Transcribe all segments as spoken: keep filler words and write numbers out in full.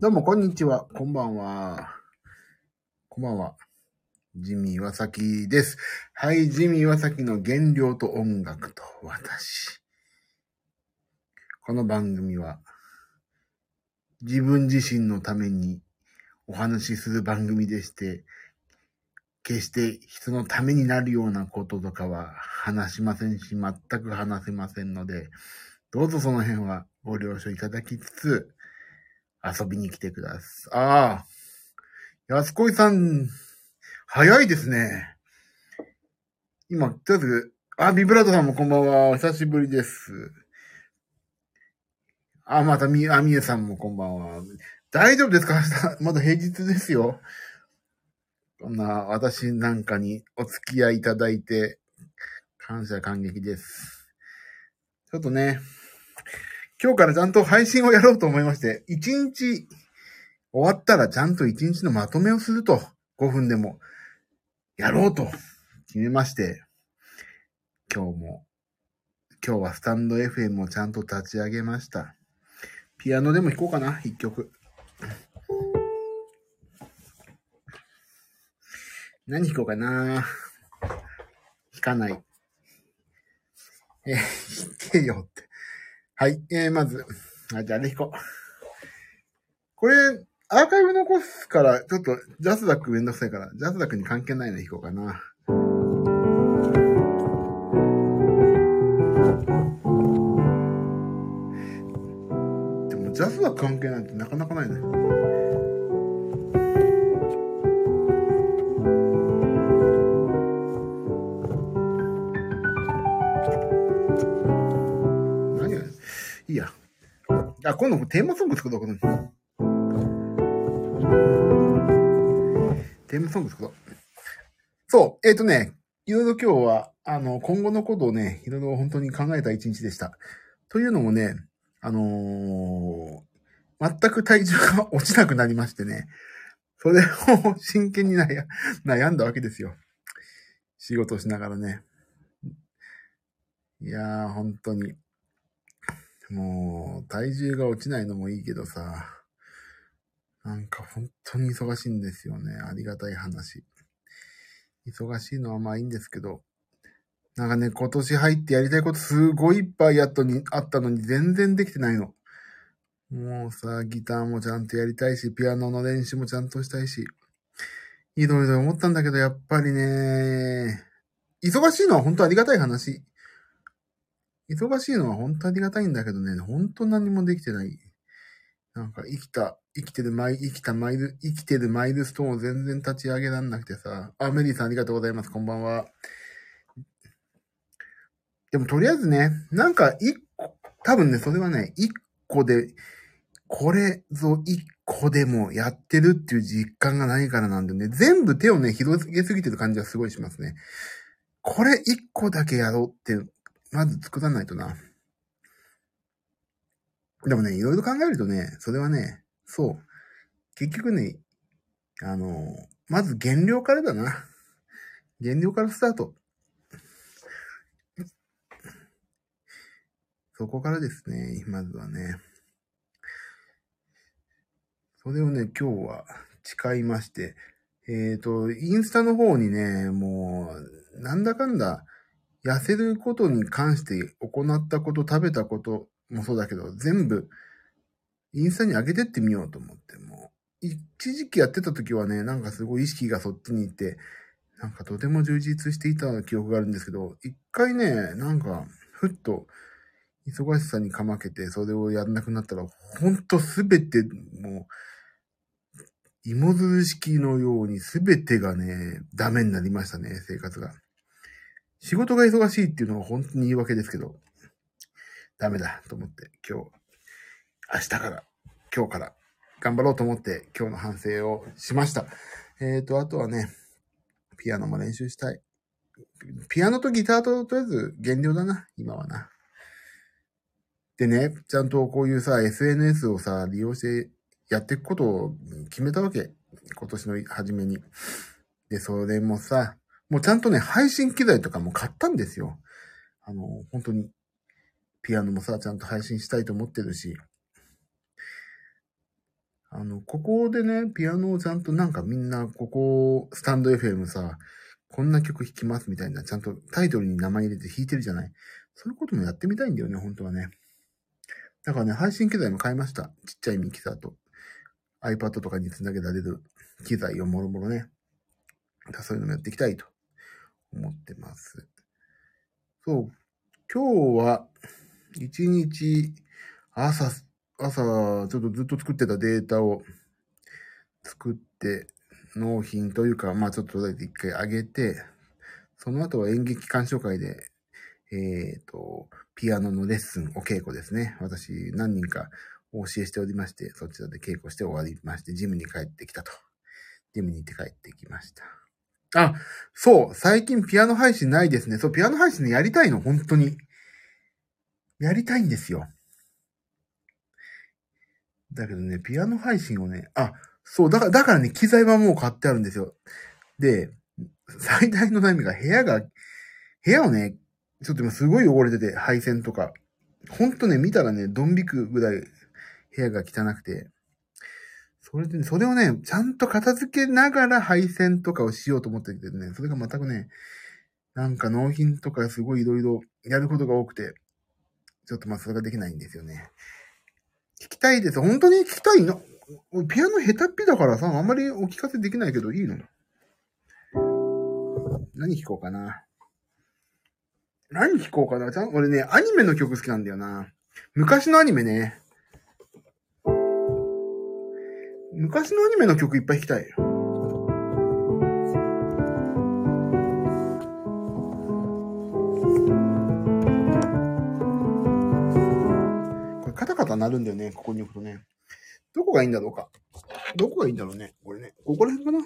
どうも、こんにちは。こんばんは。こんばんは。ジミー岩崎です。はい、ジミー岩崎の原料と音楽と私。この番組は、自分自身のためにお話しする番組でして、決して人のためになるようなこととかは話しませんし、全く話せませんので、どうぞその辺はご了承いただきつつ、遊びに来てください。ああ、安子さん、早いですね。今、とりあえず、あ、ビブラートさんもこんばんは。お久しぶりです。あ、またみ、あ、みえさんもこんばんは。大丈夫ですか？明日、まだ平日ですよ。こんな、私なんかにお付き合いいただいて、感謝感激です。ちょっとね、今日からちゃんと配信をやろうと思いまして、いちにち終わったらちゃんといちにちのまとめをすると、ごふんでもやろうと決めまして、今日も、今日はスタンド エフエム をちゃんと立ち上げました。ピアノでも弾こうかな、一曲。何弾こうかな。弾かない。えー、弾けよって。はい、えー、まず、あ、じゃああれ弾こう。これ、アーカイブ残すから、ちょっと、ジャスダックめんどくさいから、ジャスダックに関係ないの弾こうかな。でも、ジャスダック関係ないってなかなかないね。何がいいや。あ、今度テーマソング作ろう。テーマソング作ろう。そう、えっ、ー、とね、いろいろ今日は、あの、今後のことをね、いろいろ本当に考えた一日でした。というのもね、あのー、全く体重が落ちなくなりましてね、それを真剣に悩悩んだわけですよ。仕事しながらね。いやー、本当に。もう、体重が落ちないのもいいけどさ、なんか本当に忙しいんですよね。ありがたい話。忙しいのはまあいいんですけど、なんかね、今年入ってやりたいことすごいいっぱいあったに、あったのに全然できてないの。もうさ、ギターもちゃんとやりたいし、ピアノの練習もちゃんとしたいし、いろいろ思ったんだけど、やっぱりね、忙しいのは本当ありがたい話。忙しいのは本当ありがたいんだけどね、本当何もできてない。なんか生きた、生きてるマイ、生きたマイル、生きてるマイルストーンを全然立ち上げらんなくてさ。あ、メリーさんありがとうございます。こんばんは。でもとりあえずね、なんか一個、多分ね、それはね、一個で、これぞ一個でもやってるっていう実感がないからなんでね、全部手をね、広げすぎてる感じはすごいしますね。これ一個だけやろうって、まず作らないとな。でもね、いろいろ考えるとね、それはね、そう。結局ね、あの、まず原料からだな。原料からスタート。そこからですね、まずはね。それをね、今日は誓いまして、えっと、インスタの方にね、もう、なんだかんだ、痩せることに関して行ったこと、食べたこともそうだけど、全部、インスタに上げてってみようと思って、もう、一時期やってた時はね、なんかすごい意識がそっちに行って、なんかとても充実していた記憶があるんですけど、一回ね、なんか、ふっと、忙しさにかまけて、それをやらなくなったら、ほんとすべて、もう、芋づる式のようにすべてがね、ダメになりましたね、生活が。仕事が忙しいっていうのは本当に言い訳ですけど、ダメだと思って、今日、明日から、今日から頑張ろうと思って、今日の反省をしました。えーと、あとはね、ピアノも練習したい。ピアノとギターととりあえず減量だな、今はな。でね、ちゃんとこういうさ、エスエヌエス をさ、利用してやっていくことを決めたわけ。今年の初めに。で、それもさ、もうちゃんとね、配信機材とかも買ったんですよ。あの、本当に、ピアノもさ、ちゃんと配信したいと思ってるし、 あの、ここでね、ピアノをちゃんとなんかみんな、ここ、スタンド エフエム さ、こんな曲弾きますみたいな、ちゃんとタイトルに名前入れて弾いてるじゃない。そういうこともやってみたいんだよね、本当はね。だからね、配信機材も買いました。ちっちゃいミキサーと iPad とかにつなげられる機材をもろもろね。だからそういうのもやっていきたいと思ってます。そう。今日は、一日、朝、朝、ちょっとずっと作ってたデータを作って、納品というか、まあちょっとだけ一回上げて、その後は演劇鑑賞会で、えっと、ピアノのレッスン、お稽古ですね。私、何人かお教えしておりまして、そちらで稽古して終わりまして、ジムに帰ってきたと。ジムに行って帰ってきました。あ、そう、最近ピアノ配信ないですね。そう、ピアノ配信ね、やりたいの、本当に。やりたいんですよ。だけどね、ピアノ配信をね、あ、そう、だから、だからね、機材はもう買ってあるんですよ。で、最大の悩みが部屋が、部屋をね、ちょっと今すごい汚れてて、配線とか。ほんとね、見たらね、ドン引くぐらい部屋が汚くて。それでね、それをね、ちゃんと片付けながら配線とかをしようと思ってるけどね、それが全くね、なんか納品とかすごいいろいろやることが多くて、ちょっとまあそれができないんですよね。聞きたいです。本当に聞きたいの。ピアノ下手っぴだからさ、あんまりお聞かせできないけどいいの？何弾こうかな。何弾こうかな。ちゃん、俺ね、アニメの曲好きなんだよな。昔のアニメね。昔のアニメの曲いっぱい弾きたい。これカタカタ鳴るんだよね、ここに置くとね。どこがいいんだろうか。どこがいいんだろうね。これね。ここら辺かな。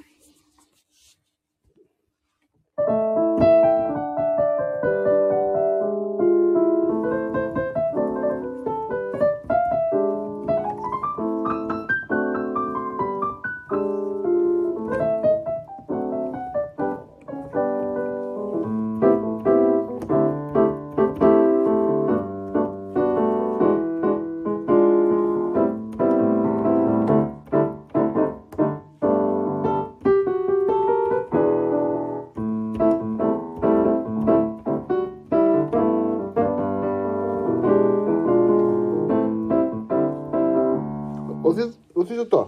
忘れ、忘れちゃった。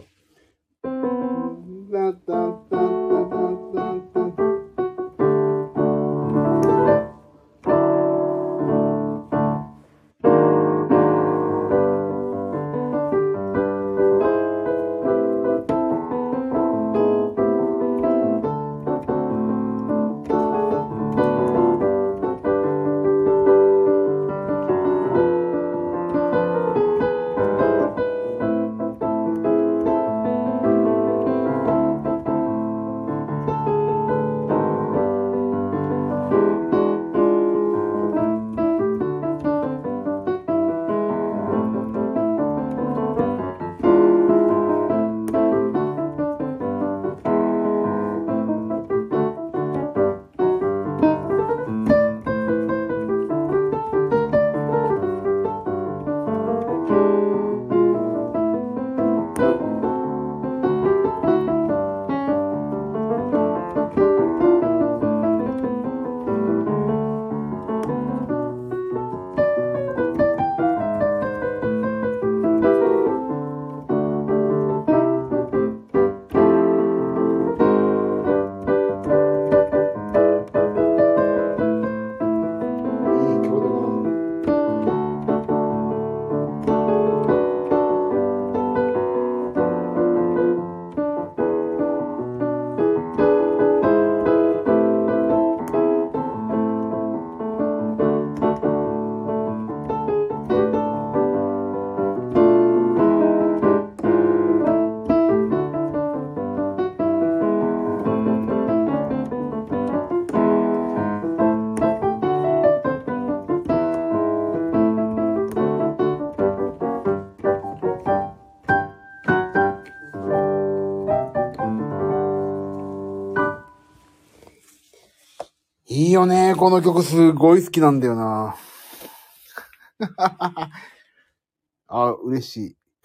いいよね。この曲すごい好きなんだよな。あ、嬉しい。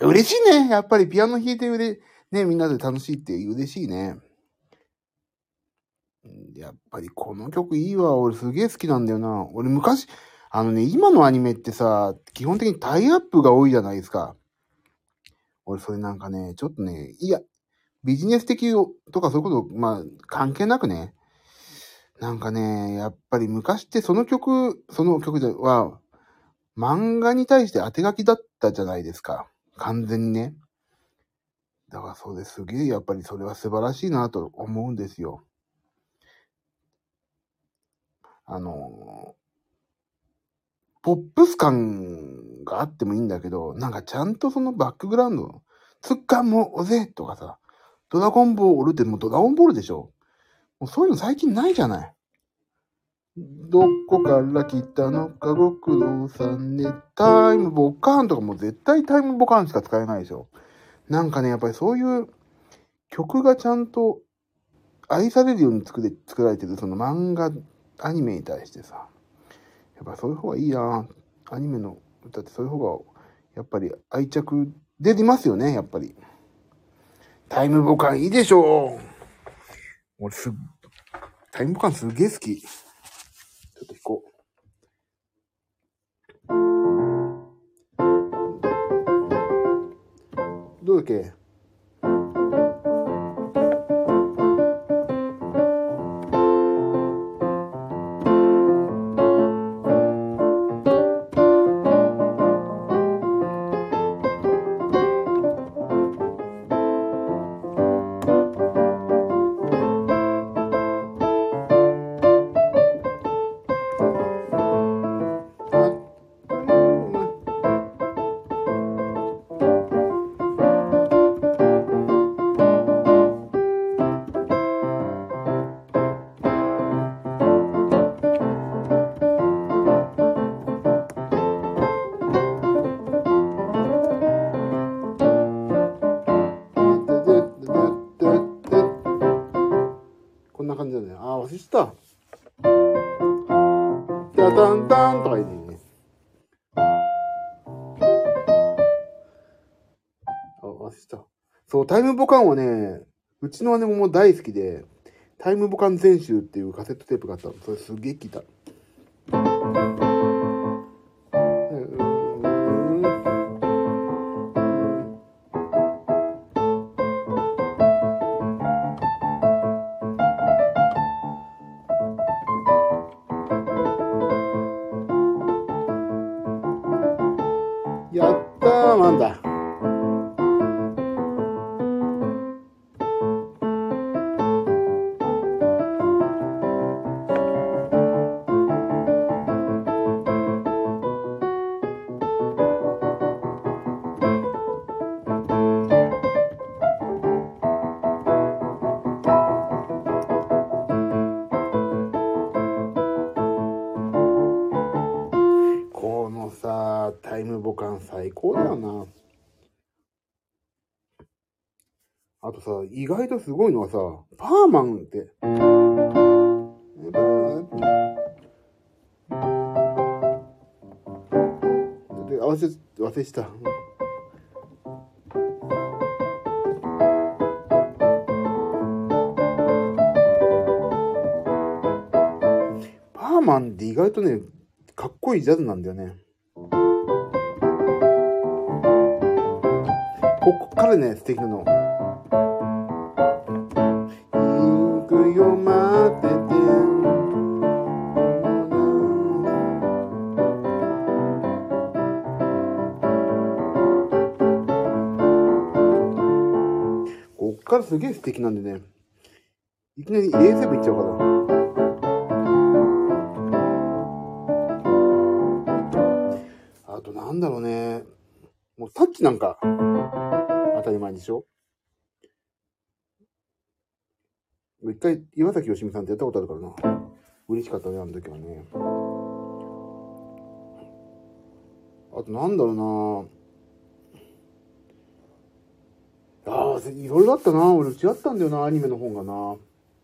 嬉しいね。やっぱりピアノ弾いてうれ、ね、みんなで楽しいって嬉しいね。やっぱりこの曲いいわ。俺すげえ好きなんだよな。俺昔、あのね、今のアニメってさ、基本的にタイアップが多いじゃないですか。俺それなんかね、ちょっとね、いや、ビジネス的とかそういうこと、まあ、関係なくね。なんかね、やっぱり昔ってその曲、その曲では、漫画に対して当て書きだったじゃないですか。完全にね。だからそうですげえ、やっぱりそれは素晴らしいなと思うんですよ。あの、ポップス感があってもいいんだけど、なんかちゃんとそのバックグラウンド、ツッカンもおぜとかさ、ドラゴンボールってもうドラゴンボールでしょ。もうそういうの最近ないじゃない。どこから来たのかご苦労さんね。タイムボカーンとかもう絶対タイムボカーンしか使えないでしょ。なんかね、やっぱりそういう曲がちゃんと愛されるように作れ、作られてるその漫画、アニメに対してさ、やっぱそういう方がいいな。アニメの歌ってそういう方が、やっぱり愛着出てますよね、やっぱり。タイムボカンいいでしょう。俺す、タイムボカンすげえ好き。ちょっと弾こう。どうだっけ？こんな感じだね。あー、忘れてた。タタンタンとか言ってね。あ、忘れてた。そう、タイムボカンはね、うちの姉ももう大好きで、タイムボカン全集っていうカセットテープがあったの。それすげえ聞いた。やったー、なんだ。このさ、タイムボカン最高だよな。あとさ、意外とすごいのはさ、パーマンって。で、合わせ、忘れした。パーマンって意外とね、かっこいいジャズなんだよね。ここからね、素敵なの。行くよ、待ってて。こっからすげえ素敵なんでね。いきなり エーセブン いっちゃおうかな。あとなんだろうね。もうタッチなんか、当たり前でしょ。一回、岩崎よしみさんってやったことあるからな。嬉しかったね、あの時はね。あとなんだろうな。ああ、いろいろあったな。俺違ったんだよな、アニメの本がな。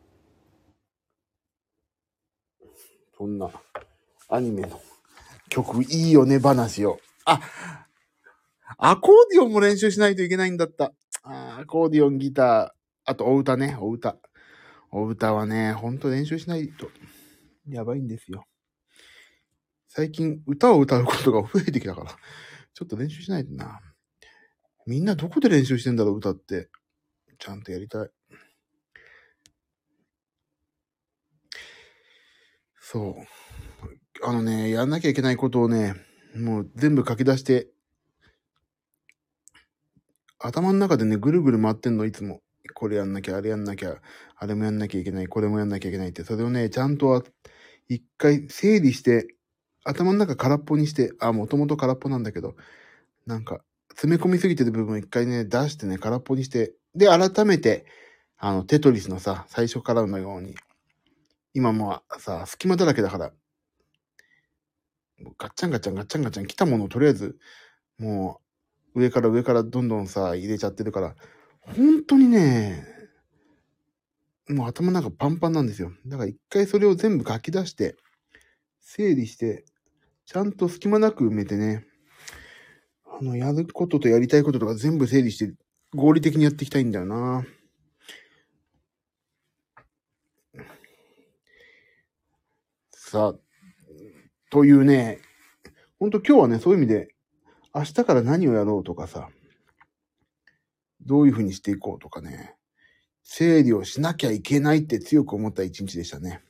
そんな、アニメの曲いいよね話を。あ、 アコーディオンも練習しないといけないんだった。あーアコーディオン、ギター、あとお歌ね、お歌。お歌はね、ほんと練習しないと、やばいんですよ。最近、歌を歌うことが増えてきたから、ちょっと練習しないとな。みんなどこで練習してんだろう、歌って。ちゃんとやりたい。そう。あのね、やんなきゃいけないことをね、もう全部書き出して、頭の中でね、ぐるぐる回ってんの、いつも。これやんなきゃ、あれやんなきゃ、あれもやんなきゃいけない、これもやんなきゃいけないって、それをね、ちゃんと一回整理して、頭の中空っぽにして、あ、もともと空っぽなんだけど、なんか、詰め込みすぎてる部分を一回ね、出してね、空っぽにして、で、改めて、あの、テトリスのさ、最初からのように、今もうさ、隙間だらけだから、ガッチャンガッチャンガッチャンガッチャン来たものをとりあえず、もう、上から上からどんどんさ、入れちゃってるから、本当にね、もう頭の中パンパンなんですよ。だから一回それを全部書き出して、整理して、ちゃんと隙間なく埋めてね、あの、やることとやりたいこととか全部整理して、合理的にやっていきたいんだよな。さあ、というね、ほんと今日はね、そういう意味で、明日から何をやろうとかさ、どういう風にしていこうとかね、整理をしなきゃいけないって強く思った一日でしたね。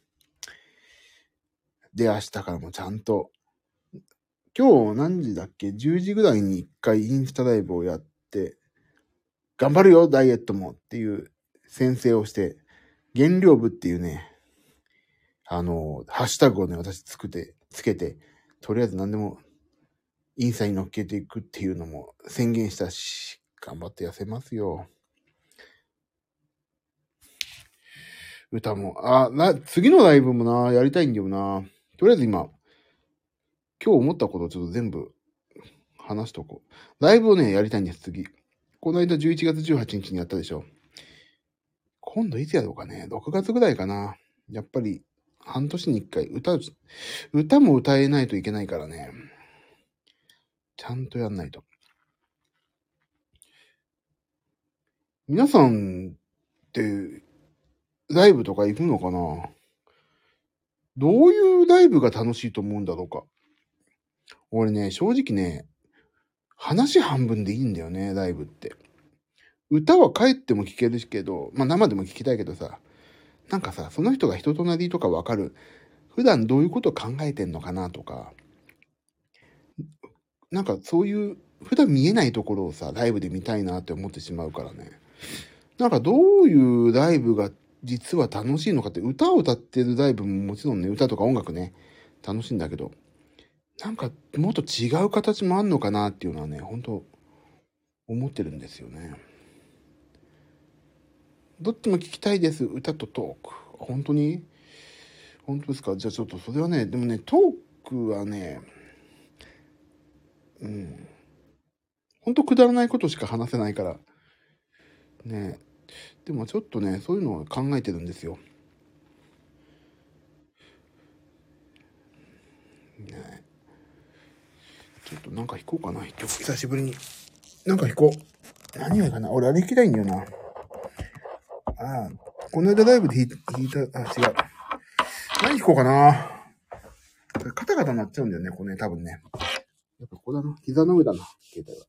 で、明日からもちゃんと、今日何時だっけ ?じゅう 時ぐらいに一回インスタライブをやって、頑張るよ、ダイエットもっていう宣誓をして、原料部っていうね、あの、ハッシュタグをね、私作って、つけて、とりあえず何でもインスタに乗っけていくっていうのも宣言したし、頑張って痩せますよ。歌も、あ、な、次のライブもな、やりたいんだよな。とりあえず今、今日思ったことをちょっと全部話しとこう。ライブをね、やりたいんです、次。この間じゅういちがつじゅうはちにちにやったでしょ。今度いつやろうかね。ろくがつぐらいかな。やっぱり、半年に一回、歌う、歌も歌えないといけないからね。ちゃんとやんないと。皆さんって、ライブとか行くのかな？どういうライブが楽しいと思うんだろうか。俺ね、正直ね、話半分でいいんだよね、ライブって。歌は帰っても聴けるけど、まあ生でも聴きたいけどさ、なんかさ、その人が人となりとかわかる。普段どういうことを考えてんのかなとか、なんかそういう、普段見えないところをさ、ライブで見たいなって思ってしまうからね。なんかどういうライブが実は楽しいのかって、歌を歌ってるライブももちろんね、歌とか音楽ね、楽しいんだけど、なんかもっと違う形もあんのかなっていうのはね、本当思ってるんですよね。どっちも聞きたいです。歌とトーク。本当に本当ですか？じゃあちょっとそれはね、でもね、トークはね、うん。本当くだらないことしか話せないから。ね。でもちょっとね、そういうのを考えてるんですよ。ね。ちょっとなんか弾こうかな、一曲。久しぶりに。なんか弾こう。何がいいかな？俺あれ弾きたいんだよな。ああ、この間ライブで弾いた、あ、違う。何弾こうかな。カタカタなっちゃうんだよね、これね、多分ね。やっぱここだな。膝の上だな、携帯は。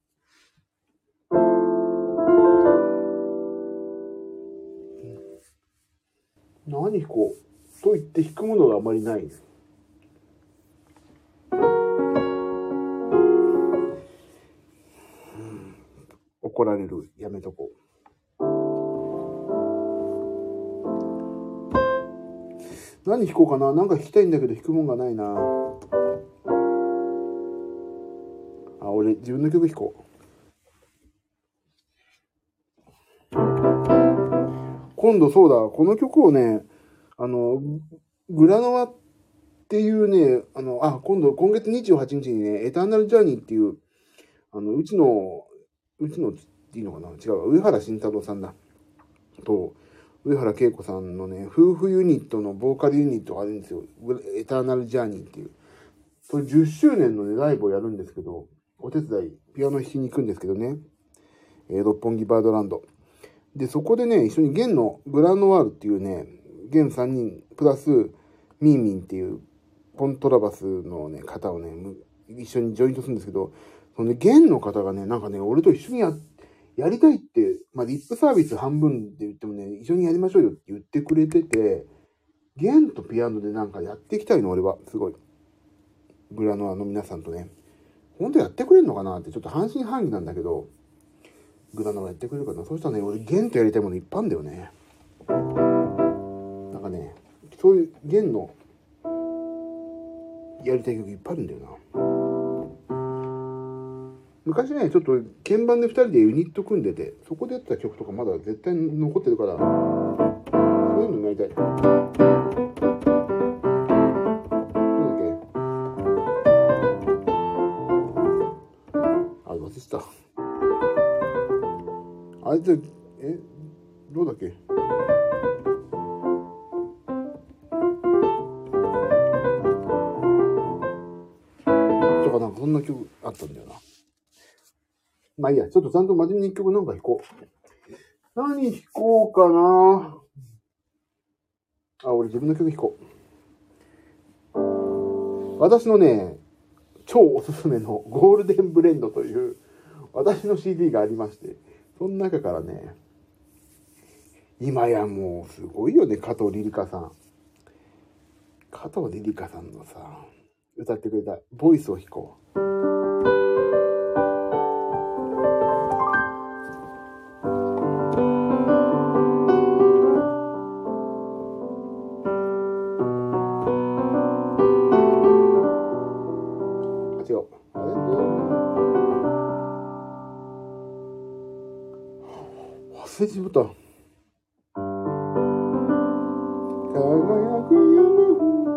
何弾こうと言って弾くものがあまりない。怒られる。やめとこう。何弾こうかな。なんか弾きたいんだけど弾くもんがないな。あ、俺自分の曲弾こう。今度そうだ、この曲をね、あの、グラノアっていうね、あの、あ、今度、今月にじゅうはちにちにね、エターナルジャーニーっていう、あの、うちの、うちのっていいのかな？違う、上原慎太郎さんだ。と、上原恵子さんのね、夫婦ユニットのボーカルユニットがあるんですよ。エターナルジャーニーっていう。これじゅっしゅうねんのね、ライブをやるんですけど、 お手伝い、ピアノ弾きに行くんですけどね。えー、六本木バードランド。で、そこでね、一緒にゲンのグラノワールっていうね、ゲンさんにん、プラス、ミンミンっていうコントラバスのね、方をね、一緒にジョイントするんですけど、そのね、ゲンの方がね、なんかね、俺と一緒にや、やりたいって、まあ、リップサービス半分で言ってもね、一緒にやりましょうよって言ってくれてて、ゲンとピアノでなんかやっていきたいの、俺は。すごい。グラノワの皆さんとね。ほんとやってくれんのかなってちょっと半信半疑なんだけど、グラノワやってくれるかな。そうしたらね、俺ゲンとやりたいものいっぱいあるんだよね。なんかね、そういうゲンのやりたい曲いっぱいあるんだよな。昔ね、ちょっと鍵盤でふたりでユニット組んでて、そこでやってた曲とかまだ絶対残ってるから、そういうのやりたい。なんだっけ、あ、忘れてた。あいつ、え、どうだっけ、とかなんかそんな曲あったんだよな。まあいいや、ちょっとちゃんと真面目に一曲なんか弾こう。何弾こうかな。あ、俺自分の曲弾こう。私のね、超おすすめのゴールデンブレンドという私の シーディー がありまして、その中からね、今やもうすごいよね、加藤リリカさん。加藤リリカさんのさ、歌ってくれたボイスを弾こう。忘れてしまった。輝く夢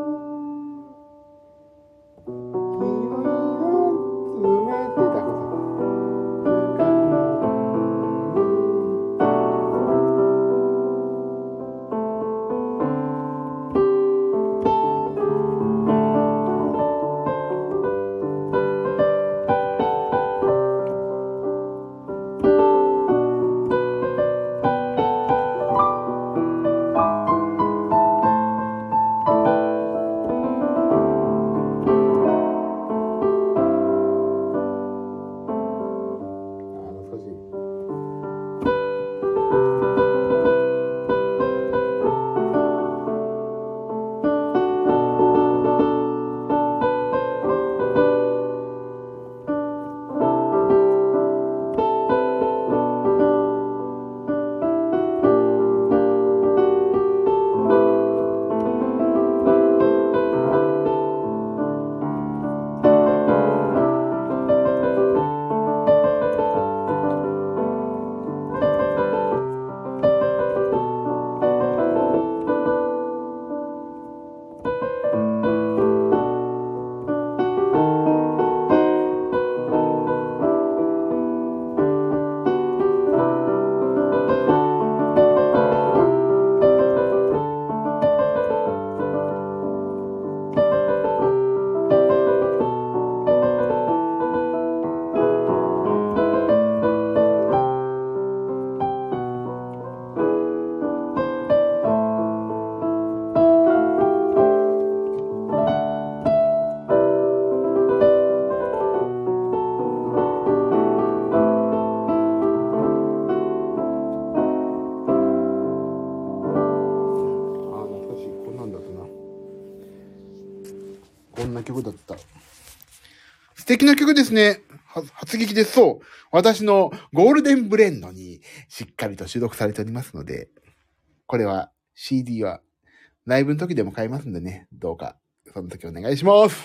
曲だった。素敵な曲ですね。初撃です。そう。私のゴールデンブレンドにしっかりと収録されておりますので、これは シーディー はライブの時でも買えますんでね、どうかその時お願いします。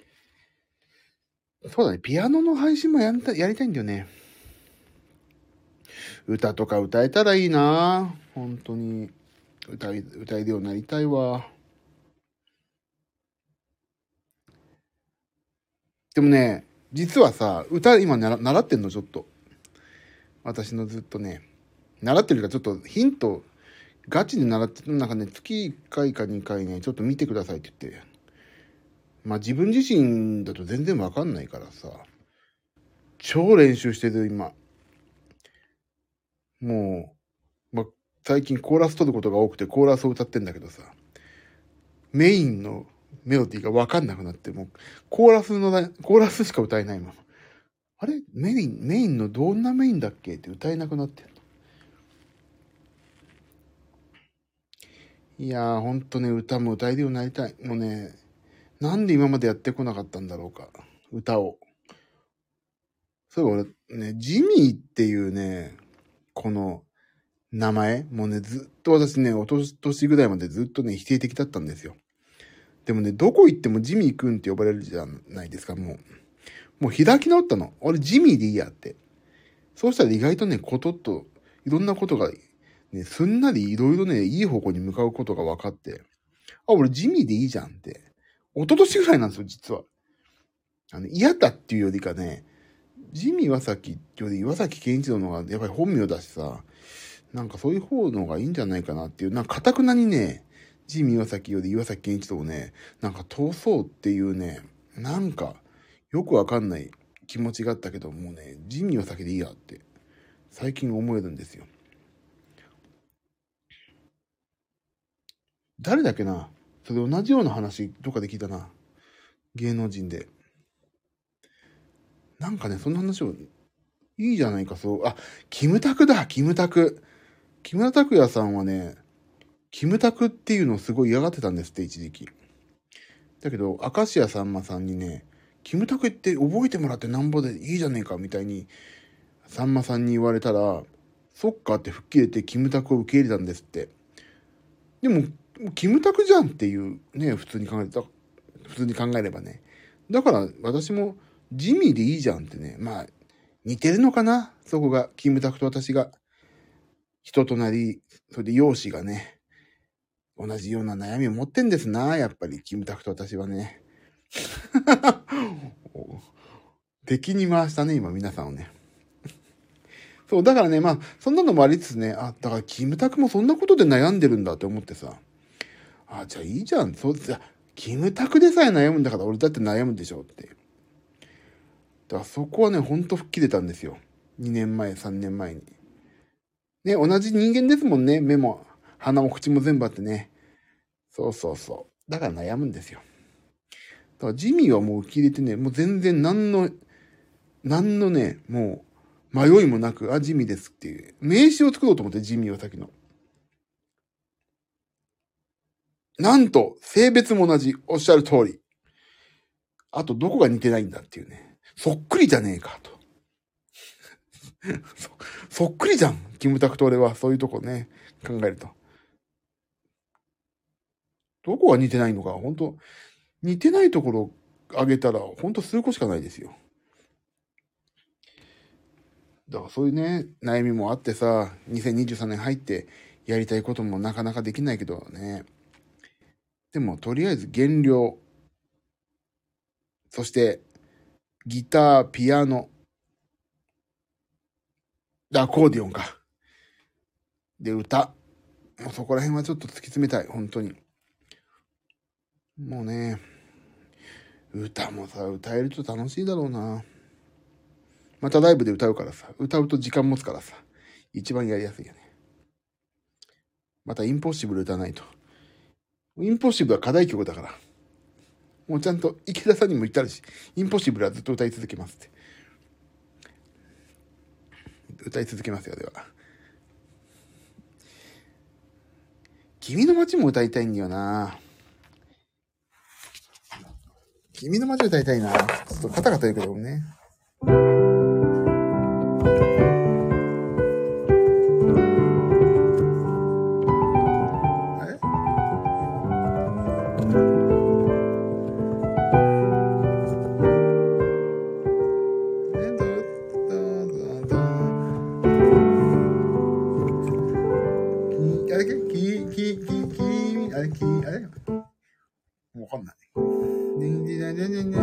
そうだね、ピアノの配信もやりたい、やりたいんだよね。歌とか歌えたらいいな。本当に。歌い、歌えるようになりたいわ。でもね、実はさ、歌今なら習ってんのちょっと。私のずっとね、習ってるかちょっとヒント、ガチで習って、なんかね、月いっかいかにかいね、ちょっと見てくださいって言って。まあ自分自身だと全然わかんないからさ。 超練習してる今。もう、ま、最近コーラス取ることが多くてコーラスを歌ってんだけどさ、メインのメロディーがわかんなくなって、もう、コーラスの、コーラスしか歌えないもん。あれメイン、メインのどんなメインだっけって歌えなくなってんの。いやー、ほんとね、歌も歌えるようになりたい。もうね、なんで今までやってこなかったんだろうか。歌を。そういえば俺、ね、ジミーっていうね、この名前、もうね、ずっと私ね、お年ぐらいまでずっとね、否定的だったんですよ。でもね、どこ行ってもジミーくんって呼ばれるじゃないですか、もう。もう開き直ったの。俺ジミーでいいやって。そうしたら意外とね、ことと、いろんなことが、ね、すんなりいろいろね、いい方向に向かうことが分かって、あ、俺ジミーでいいじゃんって。一昨年ぐらいなんですよ、実は。あの、嫌だっていうよりかね、ジミー岩崎より岩崎健一郎の方がやっぱり本名だしさ、なんかそういう方の方がいいんじゃないかなっていう、なんか堅くなにね、ジミー岩崎より岩崎健一郎をね、なんか通そうっていうね、なんかよくわかんない気持ちがあったけど、もうね、ジミー岩崎でいいやって最近思えるんですよ。誰だっけな、それ同じような話どっかで聞いたな。芸能人で。なんかね、そんな話を、いいじゃないか、そう。あ、キムタクだ、キムタク。木村拓哉さんはね、キムタクっていうのをすごい嫌がってたんですって、一時期。だけど、明石家さんまさんにね、キムタクって覚えてもらってなんぼでいいじゃねえか、みたいに、さんまさんに言われたら、そっかって吹っ切れてキムタクを受け入れたんですって。でも、キムタクじゃんっていうね、普通に考えた、普通に考えればね。だから私もジミーでいいじゃんってね。まあ、似てるのかなそこが、キムタクと私が。人となり、それで容姿がね、同じような悩みを持ってんですな、やっぱり、キムタクと私はね。敵に回したね、今、皆さんをね。そう、だからね、まあ、そんなのもありつつね、あ、だから、キムタクもそんなことで悩んでるんだって思ってさ。あ、じゃあいいじゃん。そうですよ。キムタクでさえ悩むんだから、俺だって悩むでしょって。だからそこはね、ほんと吹っ切れたんですよ。にねんまえ、さんねんまえに。ね、同じ人間ですもんね。目も、鼻も口も全部あってね。そうそうそう。だから悩むんですよ。だからジミーはもう受け入れてね、もう全然何の、何のね、もう迷いもなく、あ、ジミーですっていう。名刺を作ろうと思って、ジミーは先の。なんと、性別も同じ。おっしゃる通り。あと、どこが似てないんだっていうね。そっくりじゃねえかと。そ、そっくりじゃん。キムタクと俺は。そういうとこね、考えると。どこが似てないのか、本当似てないところあげたら、本当数個しかないですよ。だからそういうね、悩みもあってさ、にせんにじゅうさんねん入ってやりたいこともなかなかできないけどね。でもとりあえず減量、そしてギター、ピアノ、アコーディオンか。で、歌。もうそこら辺はちょっと突き詰めたい、本当に。もうね、歌もさ、歌えると楽しいだろうな。またライブで歌うからさ、歌うと時間持つからさ、一番やりやすいよね。またインポッシブル歌わないと。インポッシブルは課題曲だから。もうちゃんと池田さんにも言ったるし、インポッシブルはずっと歌い続けますって。歌い続けますよ、では。君の街も歌いたいんだよな。君の街歌いたいな。ちょっとカタカタ言うけどね。あれき、き、き、き、き、あれ、き、あれもうわかんない。君、あれ、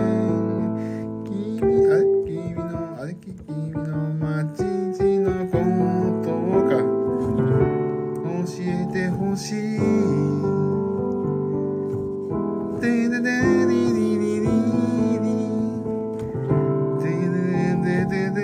君の、あれ、君の街のことか、教えてほしい。でででりりりりり。ででででで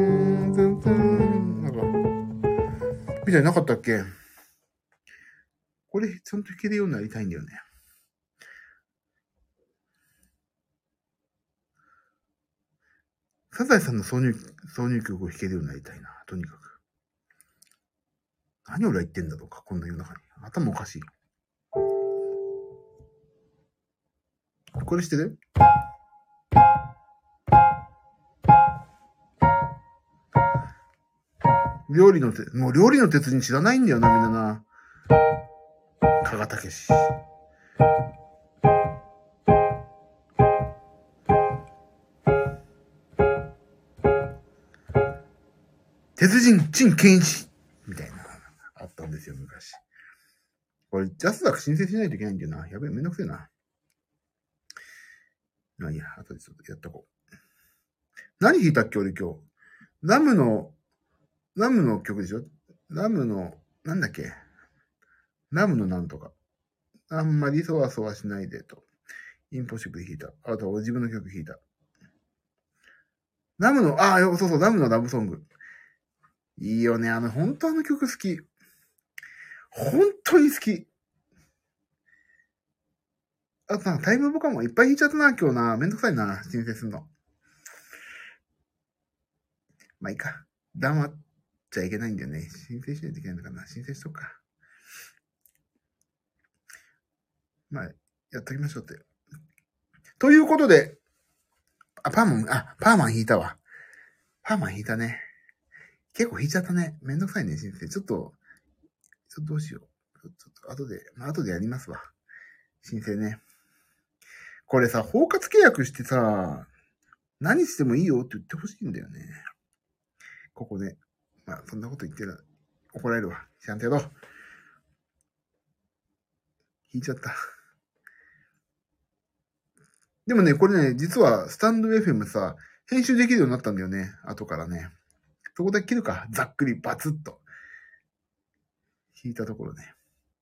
ん、トゥントゥン、なんか、みたいななかったっけ？これ、ちゃんと弾けるようになりたいんだよね。サザエさんの挿入、挿入曲を弾けるようになりたいな、とにかく。何俺は言ってんだろうか、こんな夜中に。頭おかしい。これしてる？料理の鉄、もう料理の鉄人知らないんだよな、みんなな。加賀武史。鉄人、陳健一みたいな、あったんですよ、昔。 これ、ジャスダック申請しないといけないんだよな。やべえ、めんどくせえな。まあいいや、後でちょっとやっとこう。何弾いたっけ俺今日。ラムの、ラムの曲でしょ？ラムの、なんだっけ？ラムのなんとか。あんまりそわそわしないでと。インポッシブル弾いた。あと、自分の曲弾いた。ラムの、ああ、そうそう、ラムのラブソング。いいよね。あの、本当あの曲好き。本当に好き。あとなんかタイムボカもいっぱい弾いちゃったな、今日な。めんどくさいな、申請すんの。まあいいか。黙っちゃいけないんだよね。申請しないといけないのかな。申請しとくか。まあ、やっときましょうって。ということで、あ、パーマン、あ、パーマン引いたわ。パーマン引いたね。結構引いちゃったね。めんどくさいね、申請。ちょっと、ちょっとどうしよう。ちょっと後で、まあ後でやりますわ。申請ね。これさ、包括契約してさ、何してもいいよって言ってほしいんだよね。ここで。まあ、そんなこと言ってる。怒られるわ。ちゃんとやろう。引いちゃった。でもね、これね、実はスタンド エフエム さ、編集できるようになったんだよね。後からね。そこで切るか。ざっくりバツッと。引いたところね。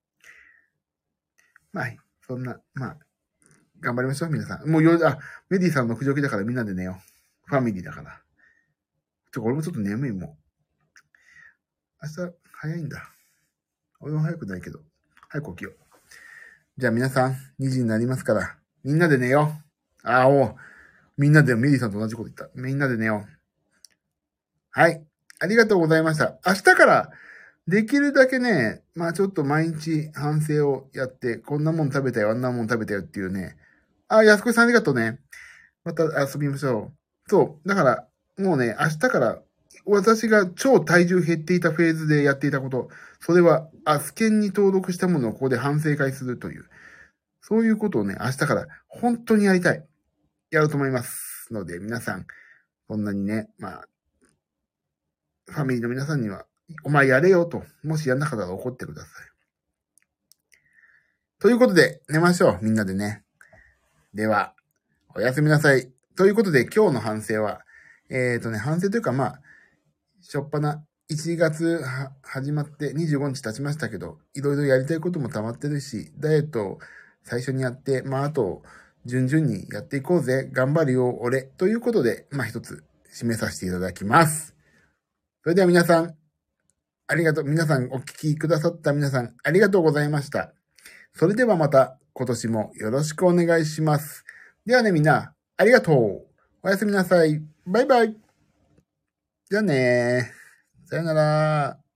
まあ、そんな、まあ、頑張りましょう、皆さん。もうよ、あ、メディさんの苦情来だからみんなで寝よう。ファミリーだから。ちょ、俺もちょっと眠いもん。明日、早いんだ。俺も早くないけど。早く起きよう。じゃあ皆さん、にじになりますから、みんなで寝よう。ああ、おう。みんなで、メディさんと同じこと言った。みんなで寝よう。はい。ありがとうございました。明日から、できるだけね、まあちょっと毎日反省をやって、こんなもん食べたよ、あんなもん食べたよっていうね。あ、安子さんありがとうね。また遊びましょう。そう。だから、もうね、明日から、私が超体重減っていたフェーズでやっていたこと、それは、アスケンに登録したものをここで反省会するという、そういうことをね、明日から本当にやりたい。やろうと思いますので、皆さん、こんなにね、まあ、ファミリーの皆さんには、お前やれよと、もしやんなかったら怒ってください。ということで、寝ましょう。みんなでね。では、おやすみなさい。ということで、今日の反省は、えっとね、反省というか、まあ、しょっぱな、いちがつは始まってにじゅうごにち経ちましたけど、いろいろやりたいことも溜まってるし、ダイエットを最初にやって、まあ、あと、順々にやっていこうぜ。頑張るよ、俺。ということで、まあ、一つ、締めさせていただきます。それでは皆さん、ありがとう。皆さん、お聞きくださった皆さん、ありがとうございました。それではまた、今年もよろしくお願いします。ではね、みんな、ありがとう。おやすみなさい。バイバイ。じゃあねー。さよなら。